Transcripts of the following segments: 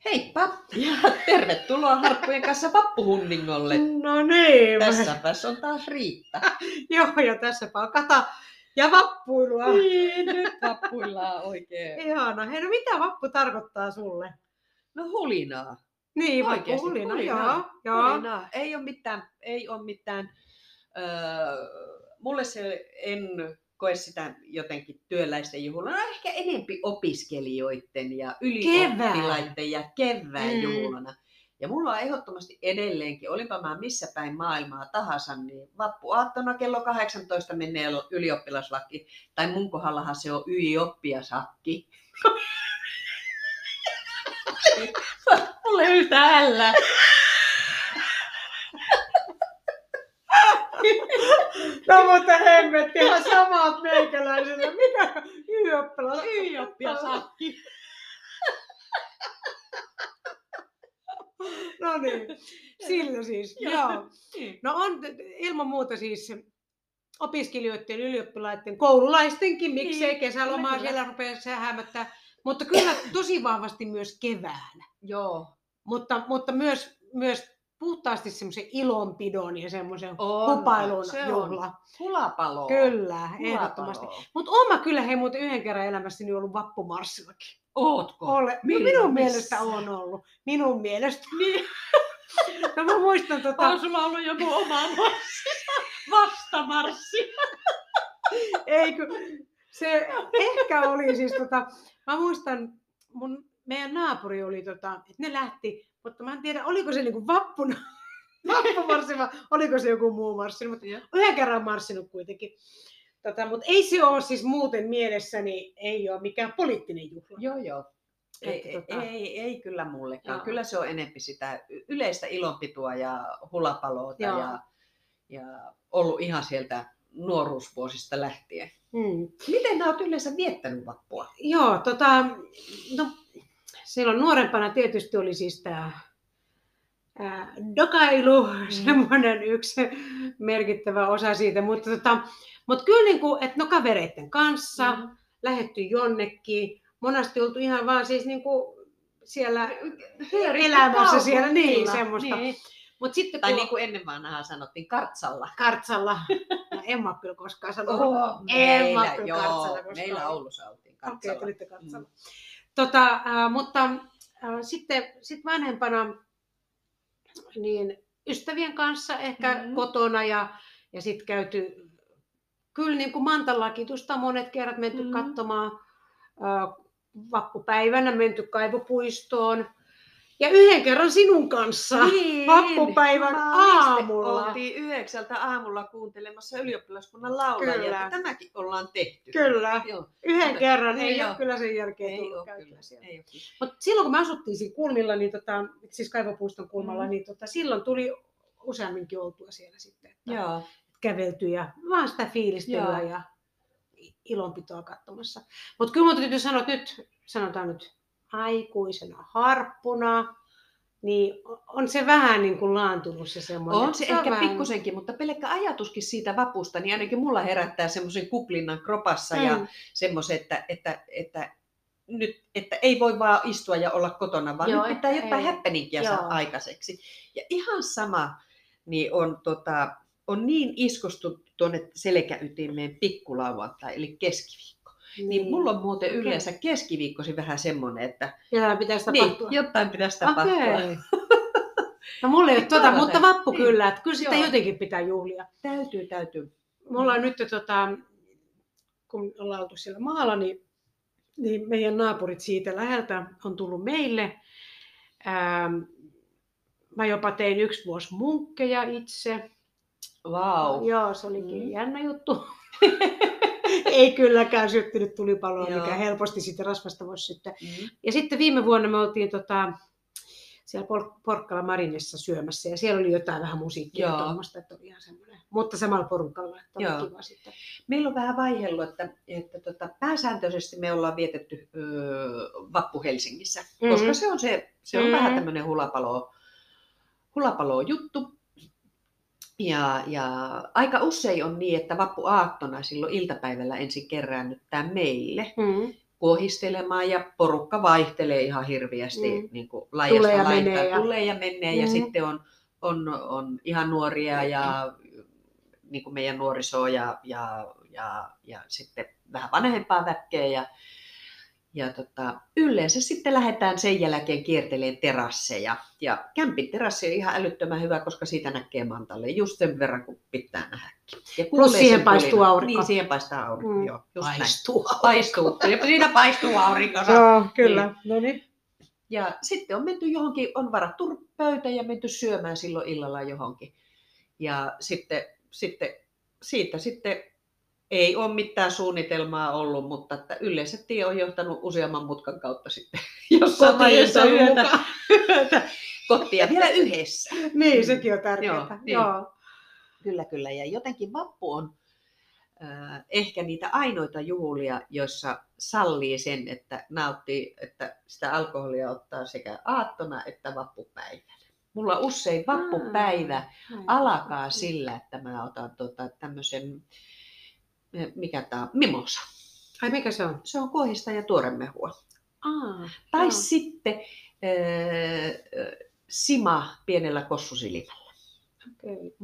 Heippa ja tervetuloa Harppujen kanssa vappuhundingolle. No niin. Tässäpäs on taas Riitta. Joo, ja tässäpä on kata ja vappuilua. Niin, nyt vappuillaan oikein. Ihana. Hei, no mitä vappu tarkoittaa sulle? No hulinaa. Niin, Oikeesti, vappuhulina, hulinaa. joo. Hulinaa. Ei ole mitään. Mulle se en koe sitä jotenkin työläisten juhlana. Ehkä enempi opiskelijoiden ja ylioppilaiden ja kevään juhlana. Ja mulla on ehdottomasti edelleenkin, olipa mä missä päin maailmaa tahansa, niin vappuaattona kello 18 menee ylioppilaslaki. Tai mun kohdallahan se on ylioppiasakki. Mulle yhtään hällää. No mutta hemmetti, ihan samat meikäläisille. Mikä Ylioppiasakki. No niin, sillä siis, joo. No on ilman muuta siis opiskelijoiden, ylioppilaiden, koululaistenkin, miksei kesälomaa siellä rupeaa hämättää. Mutta kyllä tosi vahvasti myös keväänä. Joo. Mutta myös puhtaasti semmoisen ilonpidon ja semmoisen hupailun juhla. Hulapalo. Kyllä, ehdottomasti. Mutta oma kyllä hei muuten yhden kerran elämässäni ollut vappumarssillakin. Ootko? Minun mielestä on ollut. Minun mielestä. Niin. No mä muistan On sulla ollut joku oma marssi? Vastamarssi? Eikö? Se ehkä oli siis mä muistan meidän naapuri oli että ne lähti, mutta mä en tiedä oliko se niinku vappumarssi vai oliko se joku muu marssi, mutta yhden kerran marssinut kuitenkin. Mutta ei se ole siis muuten mielessäni, ei ole mikään poliittinen juhla. Joo. Ei kyllä mullekaan. Joo. Kyllä se on enempi sitä yleistä ilonpitoa ja hulapaloota ja ollut ihan sieltä nuoruusvuosista lähtien. Miten nää oot yleensä viettänyt vappua? Joo, no, silloin nuorempana tietysti oli siis tämä dokailu, semmoinen yksi merkittävä osa siitä, mutta kyllä niin kuin, että kavereiden kanssa lähdetty jonnekin, monesti oltu ihan vaan siis niin kuin siellä elämässä siellä, niin semmoista. Niin. Mut sitten, tai niin kuin ennen vanhaa sanottiin, kartsalla. Kartsalla. No, en mä kyllä koskaan sanonut. Meillä Oulussa oltiin kartsalla. Okei, tulitte kartsalla. Mutta sitten vanhempana niin ystävien kanssa ehkä kotona ja sitten käyty kyllä niin kuin Mantallakitusta monet kerrat menty katsomaan. Vappupäivänä menty kaivopuistoon. Ja yhden kerran sinun kanssa vappupäivän aamulla. Oltiin 9 aamulla kuuntelemassa ylioppilaskunnan laulajia. Tämäkin ollaan tehty. Kyllä. Joo. Yhden kerran. Ei ole kyllä sen jälkeen tullut käytyä siellä. Mutta silloin kun me asuttiin siinä kulmilla, niin siis kaivopuiston kulmalla, niin silloin tuli useamminkin oltua siellä sitten. Että kävelty ja vaan sitä fiilistelyä ja ilonpitoa katsomassa. Mutta kyllä minun täytyy sanoa, että nyt sanotaan nyt aikuisena harppuna, niin on se vähän niin kuin laantunut se semmoinen. On se ehkä vähän pikkusenkin, mutta pelkkä ajatuskin siitä vapusta, niin ainakin mulla herättää semmoisen kuplinnan kropassa ja semmoisen, että ei voi vaan istua ja olla kotona, vaan nyt pitää jotain happeningia saada aikaiseksi. Ja ihan sama, niin on niin iskostuttu tuonne selkäytimeen pikkulauantai, eli keskiviikko. Niin mulla on muuten yleensä keskiviikkosi vähän semmoinen, että jotain pitäisi tapahtua. Niin, jotain pitäisi tapahtua. Okay. No mulla ei ole mutta vappu kyllä, että kyllä sitä jotenkin pitää juhlia. Täytyy. Mulla on nyt, kun ollaan oltu siellä maalla, niin meidän naapurit siitä läheltä on tullut meille. Mä jopa tein 1 vuosi munkkeja itse. Wow. Joo, se olikin jännä juttu. Ei kylläkään syttynyt tulipaloa, mikä helposti sitten rasvasta voisi syttää. Ja sitten viime vuonna me oltiin siellä Porkkala Marinessa syömässä ja siellä oli jotain vähän musiikkia ja tuommoista, että oli ihan semmoinen. Mutta samalla porukalla, että oli kiva sitten. Meillä on vähän vaihellut, että pääsääntöisesti me ollaan vietetty vappu Helsingissä, koska se on vähän tämmöinen hulapalo juttu. Ja aika usein on niin, että vappuaattona silloin iltapäivällä ensin keräännyttää meille, kuohistelemaan ja porukka vaihtelee ihan hirviästi niin kuin laidasta laitaan. Tulee ja menee ja sitten on ihan nuoria ja niin kuin meidän nuorisoa ja sitten vähän vanhempaa väkeä ja yleensä sitten lähdetään sen jälkeen kiertelemään terasseja. Ja kämpin terassi on ihan älyttömän hyvä, koska siitä näkee mantalle just sen verran, kun pitää nähdäkin. Plus siihen paistuu aurinko. Niin, siihen paistaa aurinko, joo. Paistuu. Siinä paistuu aurinko. Joo, kyllä. No niin. Ja sitten on menty johonkin, on varattu pöytä ja menty syömään silloin illalla johonkin. Ja sitten siitä ei ole mitään suunnitelmaa ollut, mutta että yleensä tie on johtanut useamman mutkan kautta sitten jossain vaiheessa yötä kotiin ja vielä yhdessä. Niin, sekin on tärkeää. Joo. Kyllä. Ja jotenkin vappu on ehkä niitä ainoita juhlia, joissa sallii sen, että nauttii, että sitä alkoholia ottaa sekä aattona että vappupäivänä. Mulla usein vappupäivä alkaa sillä, että mä otan tämmöisen, mikä tää on, mimosa. Ai mikä se on? Se on kuohista ja tuoremehua. Tai sitten sima pienellä kossusilmällä. Okei.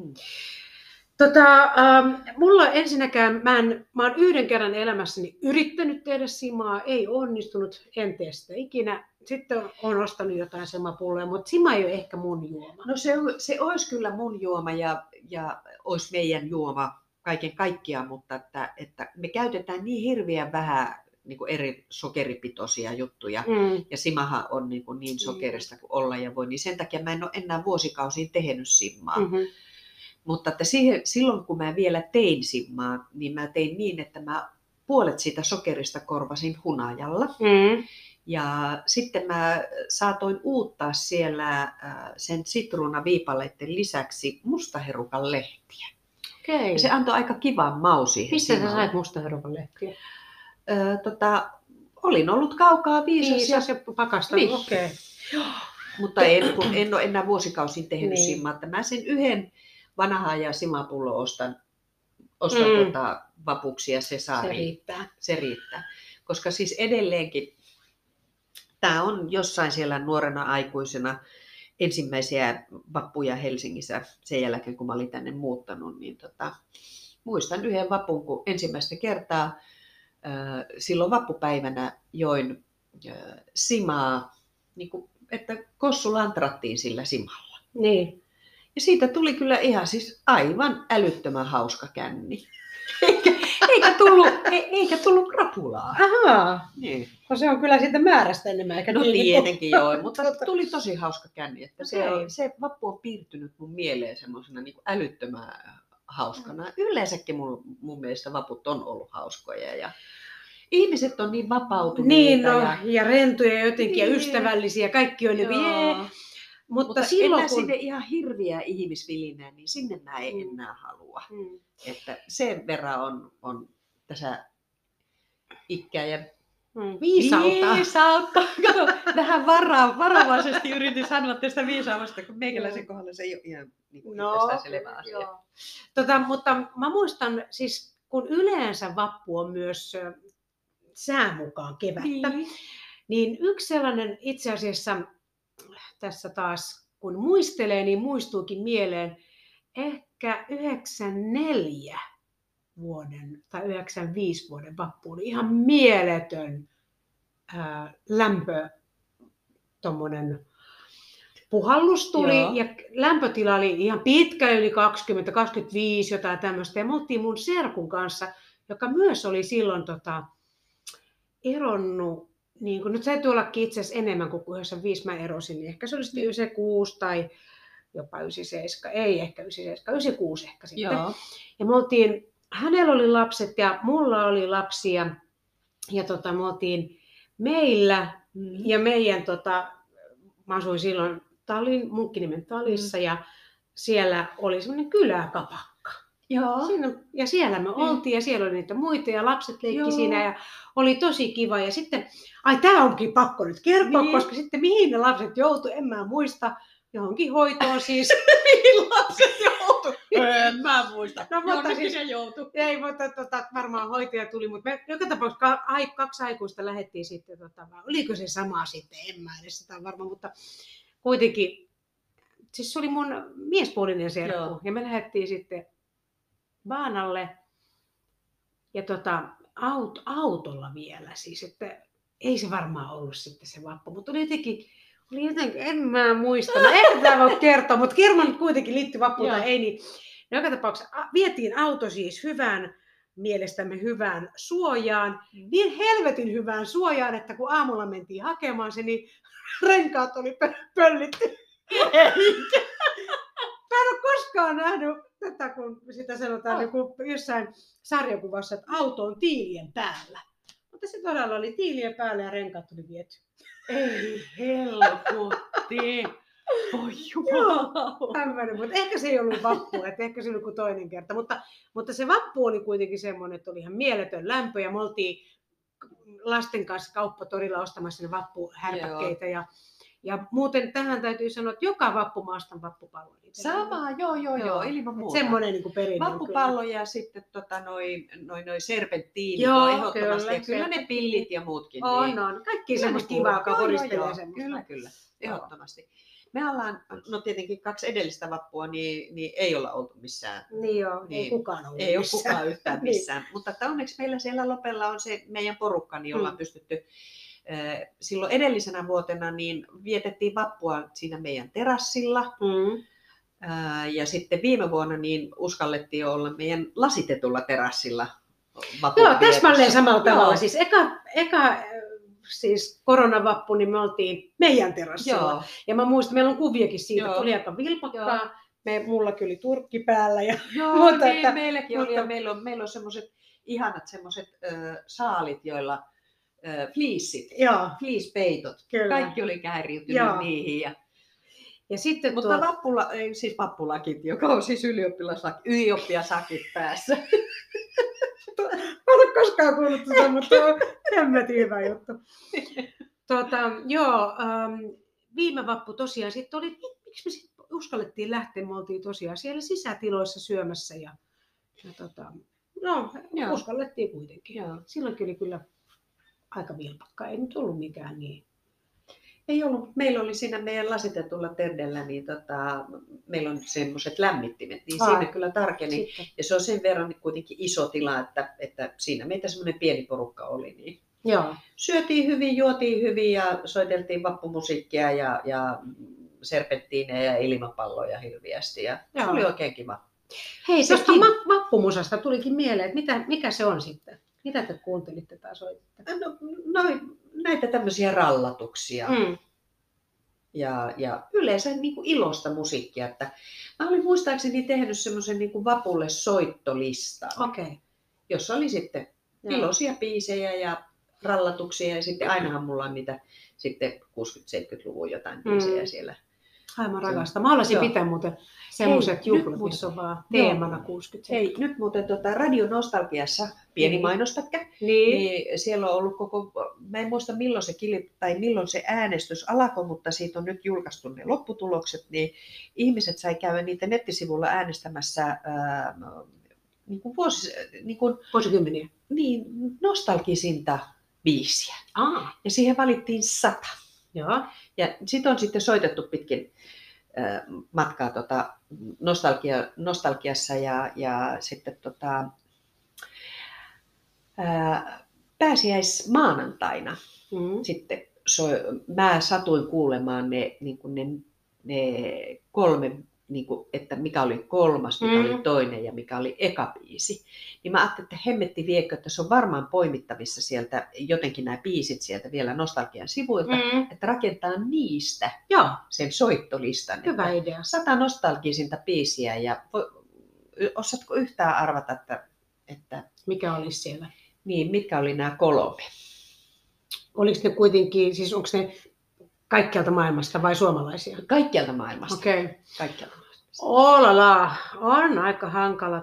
Mulla ensinnäkään, mä oon yhden kerran elämässäni yrittänyt tehdä simaa, ei onnistunut, en tee sitä ikinä. Sitten on ostanut jotain simapulloja, mutta sima ei ole ehkä mun juoma. No se olisi kyllä mun juoma ja olisi meidän juoma kaiken kaikkiaan, mutta että me käytetään niin hirveän vähän niin kuin eri sokeripitoisia juttuja. Ja simahan on niin sokerista kuin olla ja voi, niin sen takia mä en ole enää vuosikausiin tehnyt simaa. Mutta että silloin kun mä vielä tein simmaa, niin mä tein niin, että mä puolet siitä sokerista korvasin hunajalla. Ja sitten mä saatoin uuttaa siellä sen sitruunaviipaleiden lisäksi mustaherukan lehtiä. Okay. Ja se antoi aika kivan maun siihen. Mistä sä sait mustaherukan lehtiä? Olin ollut kaukaa viisas. Ja pakastanut, okei. Mutta en ole enää vuosikausin tehnyt simmaa. Että mä sen yhden vanhaa ja simapullo ostan vapuksi ja se riittää. Koska siis edelleenkin tämä on jossain siellä nuorena aikuisena ensimmäisiä vappuja Helsingissä sen jälkeen, kun mä olin tänne muuttanut. Niin muistan yhden vapun, kun ensimmäistä kertaa silloin vappupäivänä join simaa, niin kuin, että kossu lantrattiin sillä simalla. Niin. Ja siitä tuli kyllä ihan siis aivan älyttömän hauska känni. Eikä tullut krapulaa. Ahaa. Niin. No se on kyllä siitä määrästä enemmän. Eikä no tietenkin joo, mutta tuli tosi hauska känni. Että se vappu on piirtynyt mun mieleen semmoisena niin kuin älyttömän hauskana. Yleensäkin mun mielestä vaput on ollut hauskoja. Ja ihmiset on niin vapautuneita. Niin, ja rentoja jotenkin ja ystävällisiä. Kaikki on Mutta silloin, sinne ihan hirviä ihmisvilinää, niin sinne mä en enää halua. Että sen verran on tässä ikää ja viisautta. Kato, vähän varovaisesti yritin sanoa tästä viisaamasta, kun meikäläisen kohdalla se ei ole ihan selvä asia. Mutta mä muistan, siis kun yleensä vappu on myös sään mukaan kevättä, niin yksi sellainen itse asiassa tässä taas, kun muistelee, niin muistuukin mieleen ehkä 94 vuoden tai 95 vuoden vappu oli ihan mieletön lämpö, tommonen puhallus tuli ja lämpötila oli ihan pitkä, yli 20-25 jotain tämmöistä. Ja me oltiin mun serkun kanssa, joka myös oli silloin eronnut. Niin kun nyt täytyy ollakin itse asiassa enemmän kuin 95 mä erosin, niin ehkä se oli sitten 96 tai jopa 97, ei ehkä 97, 96 ehkä sitten. Joo. Ja me oltiin, hänellä oli lapset ja mulla oli lapsia ja me oltiin meillä ja meidän, mä asuin silloin Munkkinimen Talissa ja siellä oli semmoinen kyläkapakka. Joo. Ja siellä me oltiin ja siellä oli niitä muita ja lapset leikki siinä ja oli tosi kiva. Ja sitten, tää onkin pakko nyt kertoa, koska sitten mihin ne lapset joutui, en mä muista. johonkin hoitoon siis. Mihin lapset joutu? En mä muista. No, mutta siis se joutui. Ei, mutta varmaan hoitaja tuli, mutta me joka tapauksessa 2 aikuista lähdettiin sitten, oliko se sama sitten, en mä edes sitä varmaan, mutta kuitenkin, siis se oli mun miespuolinen serkku, ja me lähdettiin sitten Baanalle, ja autolla vielä siis, että ei se varmaan ollut sitten se vappu, mutta oli jotenkin, en mä muista, en tämä voi kertoa, mutta kerron kuitenkin liittyy vappuun tai ei, niin joka tapauksessa vietiin auto siis mielestämme hyvään suojaan, niin helvetin hyvään suojaan, että kun aamulla mentiin hakemaan se, niin renkaat oli pöllitty. Mä en ole koskaan nähnyt tätä, kun sitä sanotaan niin jossain sarjakuvassa, että auto on tiilien päällä. Mutta se todella oli tiilien päällä ja renkaat oli viety. Ei helkutti. Voi jumala. Mutta ehkä se ei ollut vappu, että ehkä se oli kuin toinen kerta. Mutta se vappu oli kuitenkin semmoinen, että oli ihan mieletön lämpö ja me oltiin lasten kanssa kauppatorilla ostamassa ne vappuhärpäkkeitä. Ja muuten tähän täytyy sanoa, että joka vappumaasta on vappupallo. Sama, joo, ilman muuta. Semmoinen niin kuin perinne. Vappupallo ja sitten noi serpenttiinit on ehdottomasti. Ja kyllä ne pillit ja muutkin. On. Kaikki semmoista kivaa, joka koristelee semmoista. Kyllä, ehdottomasti. Me ollaan, no tietenkin 2 edellistä vappua, niin ei olla oltu missään. Ei kukaan ollut ei missään. Ei ole kukaan yhtään missään. Mutta onneksi meillä siellä Lopella on se meidän porukka, niin ollaan pystytty. Silloin edellisenä vuotena niin vietettiin vappua siinä meidän terassilla. Ja sitten viime vuonna niin uskallettiin olla meidän lasitetulla terassilla vapun Joo, täsmälleen samalla tavalla. Siis eka siis koronavappu, niin me oltiin meidän terassilla. Joo. Ja mä muistan, meillä on kuviakin siitä, että oli aika vilpakkaa. Mullakin oli turkki päällä. Ja mutta, niin, meilläkin oli. Ja meillä on semmoiset ihanat saalit, joilla fleece-peitot. Kaikki oli kääriytynyt niihin. Ja sitten mutta vappulakit, joka on siis ylioppilasakit päässä. Mä en ole koskaan kuullut sitä, mutta hemmetin hyvä juttu. Viime vappu tosiaan sitten oli, miksi me sitten uskallettiin lähteä, me oltiin tosiaan siellä sisätiloissa syömässä uskallettiin kuitenkin. Joo. Silloinkin oli kyllä aika vilpakkaa, ei nyt ollut mikään niin. Ei ollut. Meillä oli siinä meidän lasitetulla terdellä, niin meillä on semmoiset lämmittimet, niin siinä kyllä tarkeni. Sitten. Ja se on sen verran kuitenkin iso tila, että siinä meitä semmoinen pieni porukka oli. Niin syötiin hyvin, juotiin hyvin ja soiteltiin vappumusiikkia ja serpenttiineja ja ilmapalloja hirviästi. Ja se oli oikein kiva. Hei, tuosta vappumusasta tulikin mieleen, että mikä se on sitten? Mitä te kuuntelitte tai soititte? Näitä tämmöisiä rallatuksia ja yleensä niin kuin ilosta musiikkia. Että mä olin muistaakseni tehnyt semmoisen niin kuin vapulle soittolistan, jossa oli sitten iloisia biisejä ja rallatuksia ja sitten ainahan mulla on niitä sitten 60-70-luvun jotain biisejä siellä. Aivan rakasta. Mä haluaisin pitää muuten semmoiset juhlat, missä on vaan teemana 60. Hei, nyt muuten Radio Nostalgiassa, pieni mainospätkä, niin siellä on ollut mä en muista milloin se milloin se äänestys alkoi, mutta siitä on nyt julkaistu ne lopputulokset, niin ihmiset sai käydä niitä nettisivuilla äänestämässä vuosikymmeniä. Niin, nostalgisinta biisiä. Ja siihen valittiin 100. Joo. Ja sitten on sitten soitettu pitkin matkaa nostalgiassa ja sitten pääsiäismaanantaina sitten mä satuin kuulemaan ne 3, että mikä oli 3, mikä oli toinen ja mikä oli eka biisi. Niin mä ajattelin, että hemmetti viekö, että se on varmaan poimittavissa sieltä jotenkin nämä biisit sieltä vielä nostalgian sivuilta, että rakentaa niistä sen soittolistan. Hyvä idea. 100 nostalgisinta biisiä ja osaatko yhtään arvata, että mikä olisi siellä? Niin, mitkä oli nämä 3? Oliko ne kuitenkin, siis onko ne kaikkialta maailmasta vai suomalaisia? Kaikkialta maailmasta. Okei. Kaikkialta maailmasta. On aika hankala.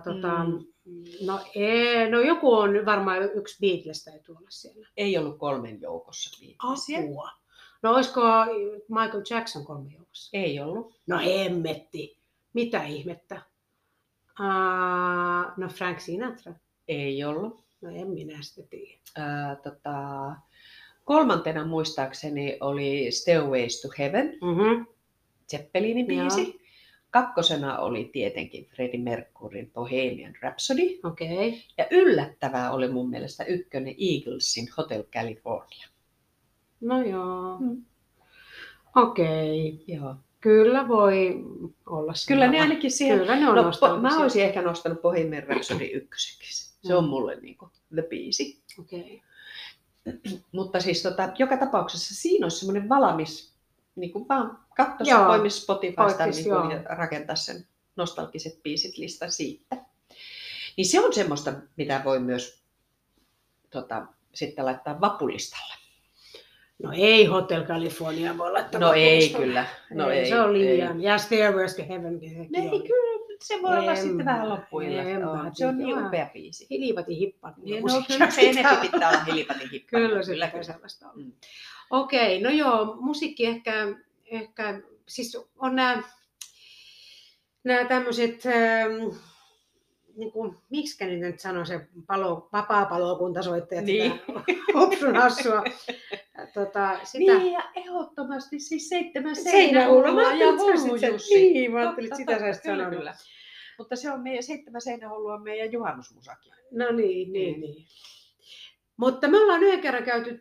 No joku on varmaan yksi Beatles täytyy olla siellä. Ei ollut 3 joukossa Beatlesia. Apua. No olisiko Michael Jackson 3 joukossa? tulossa? Ei ollut. No hemmetti. Mitä ihmettä? No Frank Sinatra. Ei ollut. No en minä sitä tiedä. Kolmantena muistaakseni oli Stairways to Heaven, Zeppelinin biisi. Kakkosena oli tietenkin Freddie Mercuryn Bohemian Rhapsody. Okay. Ja yllättävää oli mun mielestä ykkönen Eaglesin Hotel California. No joo. Okei. Joo. Kyllä voi olla samalla. Kyllä ne ainakin siihen. Kyllä ne on mä olisin ehkä nostanut Bohemian Rhapsody ykköseksi. Se on mulle niinku the biisi. Okei. Mutta siis joka tapauksessa siinä olisi semmoinen valmis, niin kuin vaan katsoa se poimis Spotifysta niin ja rakentaa sen nostalgiset biisit lista siitä. Niin se on semmoista, mitä voi myös sitten laittaa vapulistalle. No ei Hotel California voi laittaa vapulistalle. Ei kyllä. No ei, se on liian. Ja Stairways to Heaven. Ei kyllä. Se voi olla sitten vähän loppuillasta. Se on niin upea biisi. Hilipati hippa. No kyllä se enemmän pitää olla hilipati hippa. Kyllä se pitää sellaista olla. Okei, no joo, musiikki ehkä siis on nämä tämmöiset, niin kuin, miksikä niitä nyt sanoo se vapaa-palokuntasoittajat, niin. Sitä hopsun hassua. Sitä... Niin, ja ehdottomasti siis 7 seinähullua ja Hullujussi. Niin, mä ajattelin, että sitä saisit sanoa. Kyllä. Mutta se on meidän 7 seinähullua on meidän juhannusmusakin. No niin. Mutta me ollaan yhden kerran käyty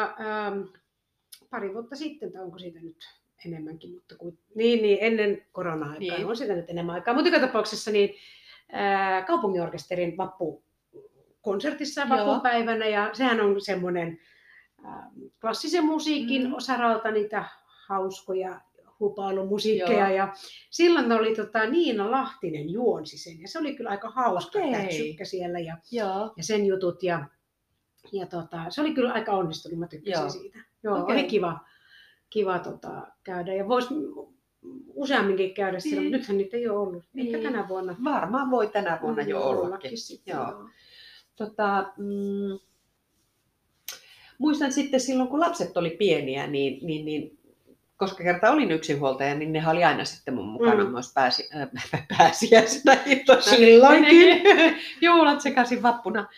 pari vuotta sitten, tai onko siitä nyt enemmänkin, mutta niin ennen korona-aikaa, niin. On sitä nyt enemmän aikaa. Mutta joka tapauksessa niin kaupunginorkesterin vappukonsertissa vappupäivänä, ja sehän on semmoinen klassisen musiikin saralta niitä hauskoja hupailumusiikkeja, ja silloin oli Niina Lahtinen juonsi sen, ja se oli kyllä aika hauska täksykkä siellä, ja sen jutut, ja se oli kyllä aika onnistunut, mä tykkäsin siitä. Oli kiva käydä, ja voisi useamminkin käydä siellä, mutta nythän niitä ei ole ollut. Niin. Ehkä tänä vuonna. Varmaan voi tänä vuonna jo ollakin. Muistan sitten silloin, kun lapset oli pieniä, niin koska kerta olin yksinhuoltaja, niin ne oli aina sitten mun mukana myös pääsiäisenä. Silloinkin. Juhlat sekaisin vappuna.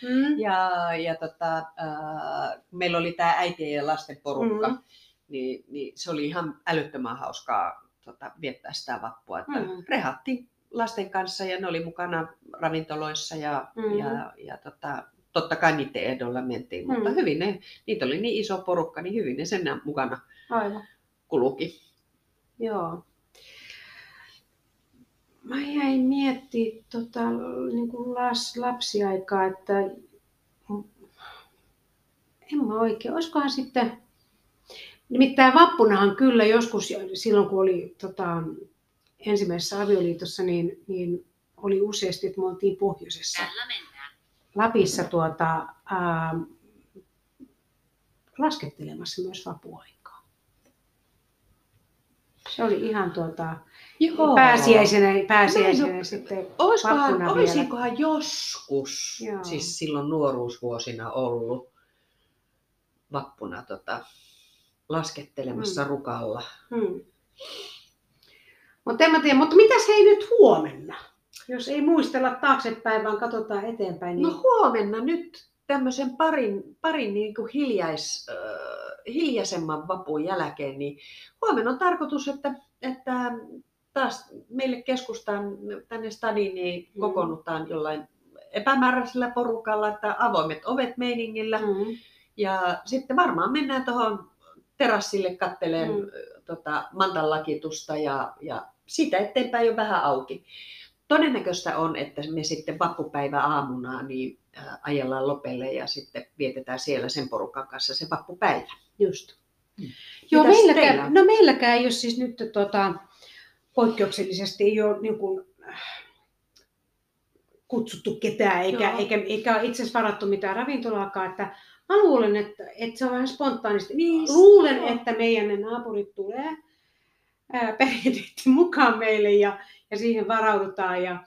Meillä oli tämä äitien ja lasten porukka, niin se oli ihan älyttömän hauskaa viettää sitä vappua. Että rehattiin lasten kanssa ja ne oli mukana ravintoloissa ja totta kai niiden ehdolla mentiin, mutta hyvin niitä oli niin iso porukka, niin hyvin ne sen mukana kuluki. Joo. Mä jäin miettimään niin kuin lapsiaikaa, että en mä oikein, olisikohan sitten, nimittäin vappunahan kyllä joskus silloin kun oli ensimmäisessä avioliitossa, niin oli useasti, että me oltiin pohjoisessa. Lapissa laskettelemassa myös vapuaikaa. Se oli ihan pääsiäisenä sitten vappuna olisikohan joskus, siis silloin nuoruusvuosina ollut vappuna laskettelemassa rukalla. Mutta en mä tiedä, mutta mitäs hei nyt huomenna? Jos ei muistella taaksepäin, vaan katsotaan eteenpäin. Niin... No huomenna nyt tämmöisen parin niin kuin hiljaisemman vapun jälkeen, niin huomenna on tarkoitus, että taas meille keskustaan tänne stadiin niin kokoonnutaan jollain epämääräisellä porukalla, että avoimet ovet meiningillä. Ja sitten varmaan mennään tuohon terassille katselemaan mantallakitusta ja siitä eteenpäin jo vähän auki. Todennäköistä on, että me sitten vappupäivä aamuna niin ajellaan Lopelle ja sitten vietetään siellä sen porukan kanssa se vappupäivä. Just. Joo, meilläkään ei ole siis nyt poikkeuksellisesti ei ole niin kuin kutsuttu ketään eikä ole itse asiassa varattu mitään ravintolaakaan. Että mä luulen, että se on vähän spontaanisti. Luulen, että meidän naapurit tulee perinteisesti mukaan meille ja siihen varaudutaan ja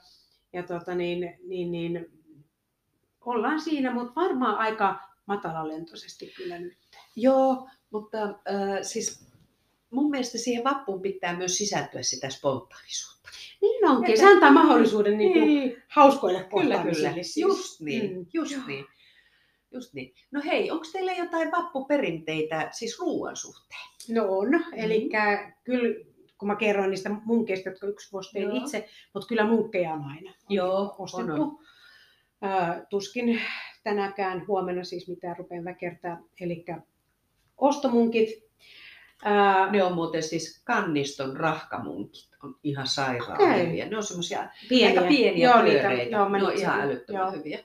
ollaan siinä, mutta varmaan aika matalalentoisesti kyllä nyt. Joo, mutta siis mun mielestä siihen vappuun pitää myös sisältyä sitä spontaanisuutta. Niin onkin, se antaa mahdollisuuden niin hauskoille kohtaamisille. Kyllä, siis. Just niin, just niin. No hei, onko teillä jotain vappuperinteitä siis ruoan suhteen? No on, eli kyllä kun mä kerroin niistä munkeista, jotka yksi vuosi tein itse, mutta kyllä munkkeja on aina ostettu. Tuskin tänäkään huomenna siis mitään rupean väkertää, eli ostomunkit. Ne on muuten siis Kanniston rahkamunkit, on ihan sairaan hyviä. Ne on semmoisia aika pieniä pyöreitä, ne on ihan älyttömän hyviä.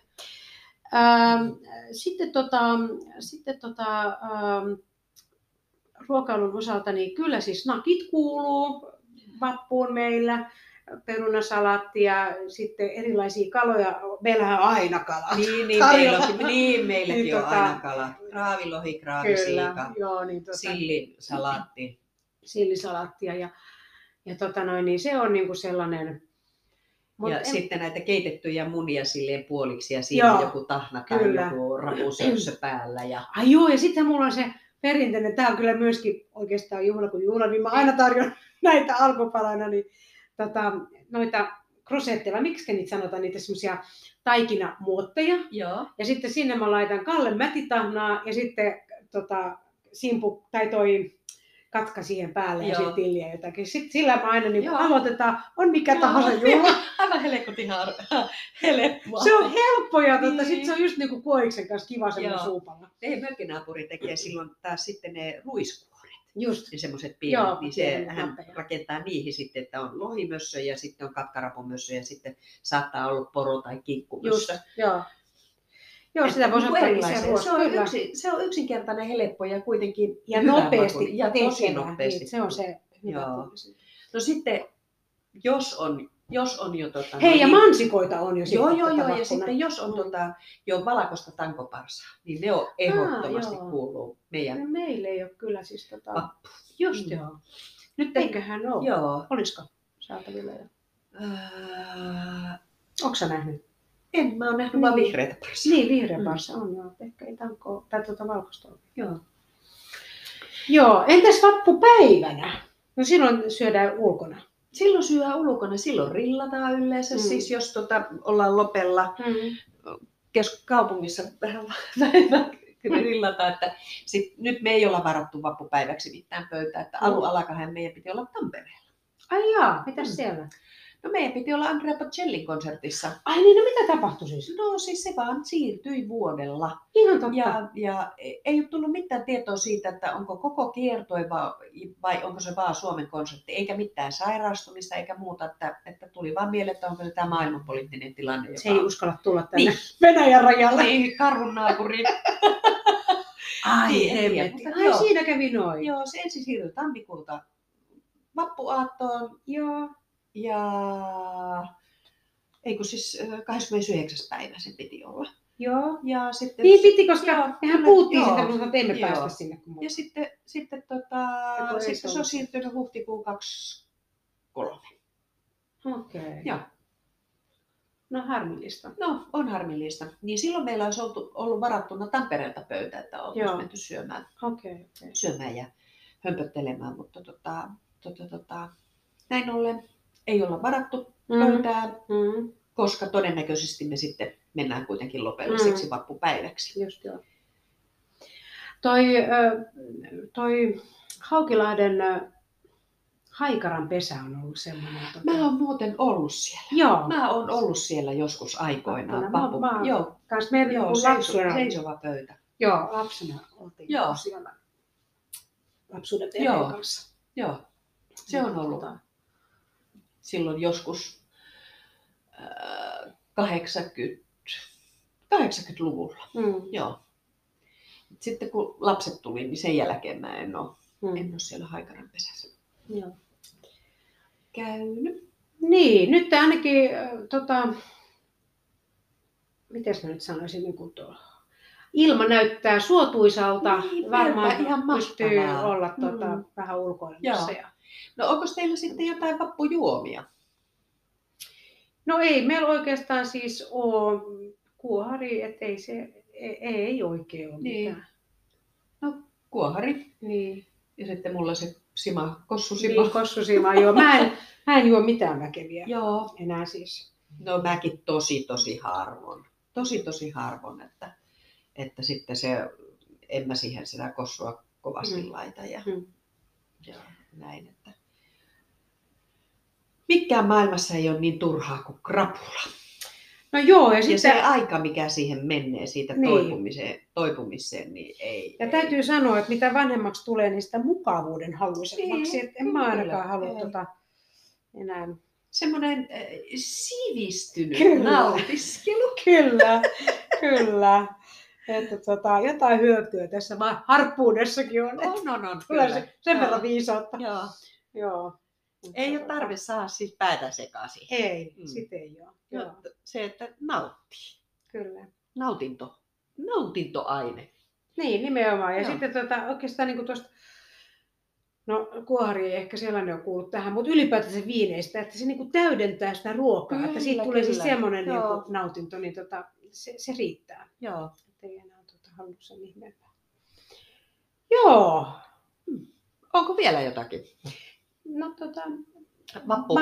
Sitten ruokailun osalta, niin kyllä siis nakit kuuluu vappuun meillä, perunasalaattia, sitten erilaisia kaloja. Meillähän on aina kalat. Meilläkin on aina kalat. Kraavilohi, kraavisiika, sillisalaatti. Sillisalaattia niin se on niinku sellainen. Sitten näitä keitettyjä munia silleen puoliksi ja siinä joku tahna tai joku rapusössö päällä. Ja sitten mulla on se perinteinen, tämä on kyllä myöskin oikeastaan juhla kuin juhla, niin mä aina tarjon näitä alkupalana, niin noita krosetteja, miksi niitä sanotaan, niitä semmoisia taikinamuotteja. Ja sitten sinne mä laitan Kalle mätitahnaa ja sitten simpu tai toi katka siihen päälle ja sitten tilliä jotakin. Sitten sillä mä aina niin aloitetaan, on mikä tahansa juhla. Aivan helppoa. Se on helppo ja sitten se on just niin kuin kuoiksen kanssa kiva semmoinen suupalla. Mökkinaapuri tekee silloin taas sitten ne ruiskuoret. Just. Ne semmoiset pienet, niin hän rakentaa niihin sitten, että on lohimössö ja sitten on katkarapumössö ja sitten saattaa olla poro- tai kinkkumössö. Joo, sitä voisi olla erilaisia. Se on yksinkertainen, helppo ja kuitenkin ja nopeasti. Ja tosi nopeasti. Se on se. No sitten, jos on jo hei, ja mansikoita on jo sitten. Ja sitten jos on jo valkoista tankoparsaa, niin ne on ehdottomasti kuuluu meidän. No, meillä ei ole kyllä siis vappu. Just joo. Nyt eiköhän ole. Joo. Olisiko saatavilla jo? Onko sä nähnyt? En, mä oon nähnyt vaan vihreitä parsaa. Niin, vihreä parsa on joo. Ehkä ei tankoa, tai valkoista ole. Joo, entäs vappupäivänä? No silloin syödään ulkona. Silloin syödään ulkona, silloin rillataan yleensä, siis jos ollaan lopella kaupungissa vähän rillataan, että nyt me ei olla varattu vappupäiväksi mitään pöytää, että alun alkaen meidän piti olla Tampereella. Ai jaa, mitäs siellä? No meidän piti olla Andrea Bocellin konsertissa. Ai niin, no mitä tapahtui siis? No siis se vaan siirtyi vuodella. Ihan totta. Ja ei ole tullut mitään tietoa siitä, että onko koko kiertue vai onko se vaan Suomen konsertti, eikä mitään sairastumista eikä muuta, että tuli vaan mieleen, että onko se tämä maailmanpoliittinen tilanne. Se ei uskalla tulla tänne Venäjän rajalle. Niin, karhun naapuriin. Ai hemmetti. Ai siinä kävi noin. Joo, se ensin siirtyi tammikuuta vappuaattoon. Joo. Ja ei kun siis 29. päivä se piti olla. Joo. Ja sitten niin piti, koska mehän puhuttiin sitä, mutta emme päästä sinne. Ja sitten se on siirtynyt huhtikuun 23. Okei. Joo. No harmillista. No on harmillista. Niin silloin meillä olisi ollut varattuna Tampereelta pöytä, että oltaisiin menty syömään ja hömpöttelemään, mutta näin ollen ei olla varattu pöytää, koska todennäköisesti me sitten mennään kuitenkin lopelliseksi vappupäiväksi. Just joo. Toi Haukilahden Haikaran pesä on ollut semmoinen. Mä oon muuten ollut siellä. Joo. Mä oon ollut siellä joskus aikoinaan. Joo. Kans meillä on seisova pöytä. Joo, lapsena oltiin siellä lapsuuden perheen kanssa. Joo. Se on ollut silloin joskus 80-luvulla. Joo. Sitten kun lapset tuli, niin sen jälkeen mä en ole siellä Haikaran pesässä käynyt. Niin, nyt ainakin mites mä nyt sanoisin, niin kuin ilma näyttää suotuisalta. Niin, varmaan ihan pystyy olla vähän ulkoilemassa. No onko teillä sitten jotain vappujuomia? No ei meillä oikeastaan siis ole kuohari, että ei oikein ole mitään. No kuohari. Niin. Ja sitten mulla kossusima. Niin, kossusima, joo. Mä en juo mitään väkeviä enää siis. No mäkin tosi harvoin. Tosi harvoin, että sitten en mä siihen sitä kossua kovasti laita ja näin. Että mikään maailmassa ei ole niin turhaa kuin krapula. No joo, ja se aika, mikä siihen menee siitä toipumiseen, niin ei. Ja täytyy sanoa, että mitä vanhemmaksi tulee, niin sitä mukavuuden haluisemmaksi. Niin, en mä ainakaan halua enää. Semmoinen sivistynyt nautiskelu. Kyllä. Että jotain hyötyä tässä harppuudessakin on. On. Tulee sen verran viisautta. Joo. Ei ole tarve saada siis päätä sekaisin. Ei, sit ei ole. Se, että nauttii. Kyllä. Nautintoaine. Niin, nimenomaan. Ja sitten oikeastaan niin kuin tuosta, no kuohari ei ehkä sellainen ole kuullut tähän, mutta ylipäätään se viineistä, että se niin kuin täydentää sitä ruokaa. Kyllä, että siitä tulee siis semmoinen niin kuin nautinto, niin se riittää. Joo. Ei enää halunnut sen ihmeempää. Joo. Onko vielä jotakin? No Vappu.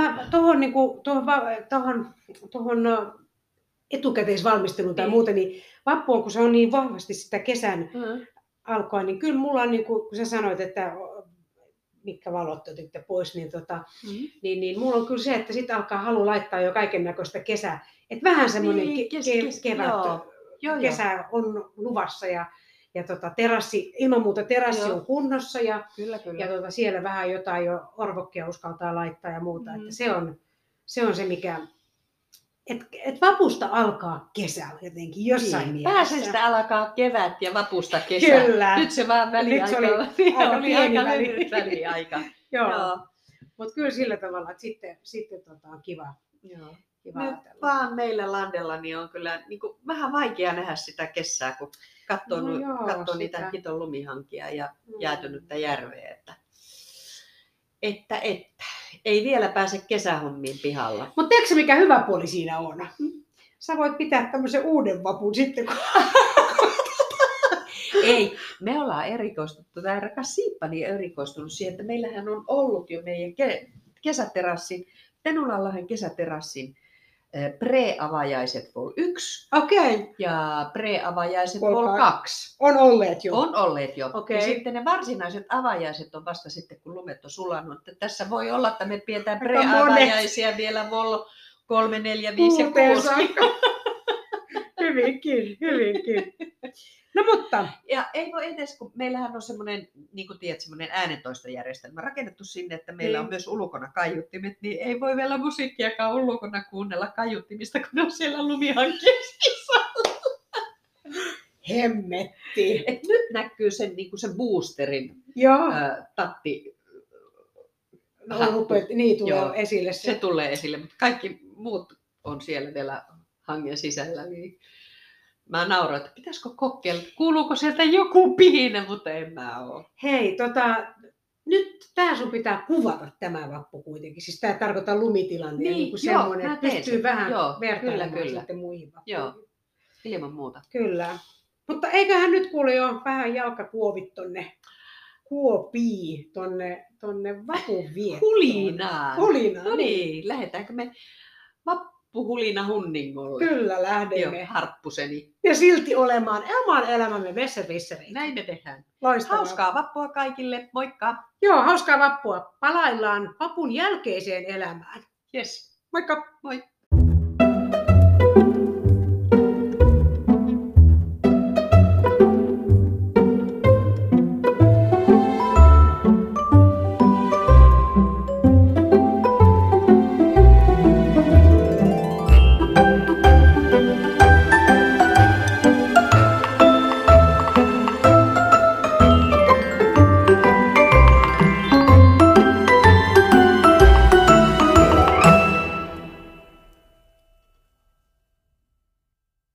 Tuohon etukäteisvalmisteluun tai muuten, niin vappu on, kun se on niin vahvasti sitä kesän alkoa, niin kyllä mulla on, niin kun sä sanoit, että mitkä valot otitte pois, niin mulla on kyllä se, että sitten alkaa halu laittaa jo kaiken näköistä kesää. Että vähän semmoinen kevät, kesä on luvassa ja terassi, ilman muuta terassi on kunnossa ja siellä vähän jotain jo orvokkia uskaltaa laittaa ja muuta. Että se on se, mikä, että vapusta alkaa kesä jotenkin jossain mielessä. Pääsestä alkaa kevät ja vapusta kesä. Kyllä. Nyt se vaan väliaika. Nyt se oli aika lyhyt väliaika. Joo. Mutta kyllä sillä tavalla, että sitten on kiva. Joo. Nyt vaan meillä Landella niin on kyllä niin kuin vähän vaikea nähdä sitä kesää, kun katsoo niitä kiton lumihankia ja jäätynyttä järveä. Että ei vielä pääse kesähommiin pihalla. Mutta tiedätkö mikä hyvä puoli siinä on? Sä voit pitää tämmöisen uuden vapun sitten, kun... Ei, me ollaan erikoistuttu, tämä rakas Siippani erikoistunut siihen, että meillähän on ollut jo meidän kesäterassin, Tenulanlahden kesäterassin pre-avajaiset vol 1 ja pre-avajaiset vol 2. On olleet jo. On olleet jo. Okay. Ja sitten ne varsinaiset avajaiset on vasta sitten, kun lumet on sulannut. Että tässä voi olla, että me pidetään pre-avajaisia vielä vol 3, 4, 5 ja 6. Hyvinkin. No mutta. Ja ei voi edes, kun meillähän on semmoinen, niin kuin tiedät, semmoinen äänentoistojärjestelmä rakennettu sinne, että meillä on myös ulkona kaiuttimet, niin ei voi vielä musiikkiakaan ulkona kuunnella kaiuttimista, kun on siellä lumihankkeen sisällä. Hemmetti. Et nyt näkyy sen, niin kuin sen boosterin tatti. Niin tulee esille. Se tulee esille, mutta kaikki muut on siellä vielä hangen sisällä. Niin mä nauroin, että pitäisikö kokeilla, kuuluuko sieltä joku pihinä, mutta en mä oo. Hei, nyt tää sun pitää kuvata tämä vappu kuitenkin. Siis tää tarkoittaa lumitilanteen, niin kuin semmoinen, että pystyy vähän vertailemaan sitten muihin vappuihin. Joo, ilman muuta. Kyllä. Mutta eiköhän nyt kuule jo vähän jalkakuovit tonne vapun viettoon. Hulinaan. No niin, lähdetäänkö me vappuhulina hunningolle? Kyllä lähdemme. Joo, harppuseni. Ja silti olemaan oman elämämme besserwissereitä. Näin me tehdään. Loistavaa. Hauskaa vappua kaikille. Moikka. Joo, hauskaa vappua. Palaillaan vapun jälkeiseen elämään. Yes. Moikka. Moi.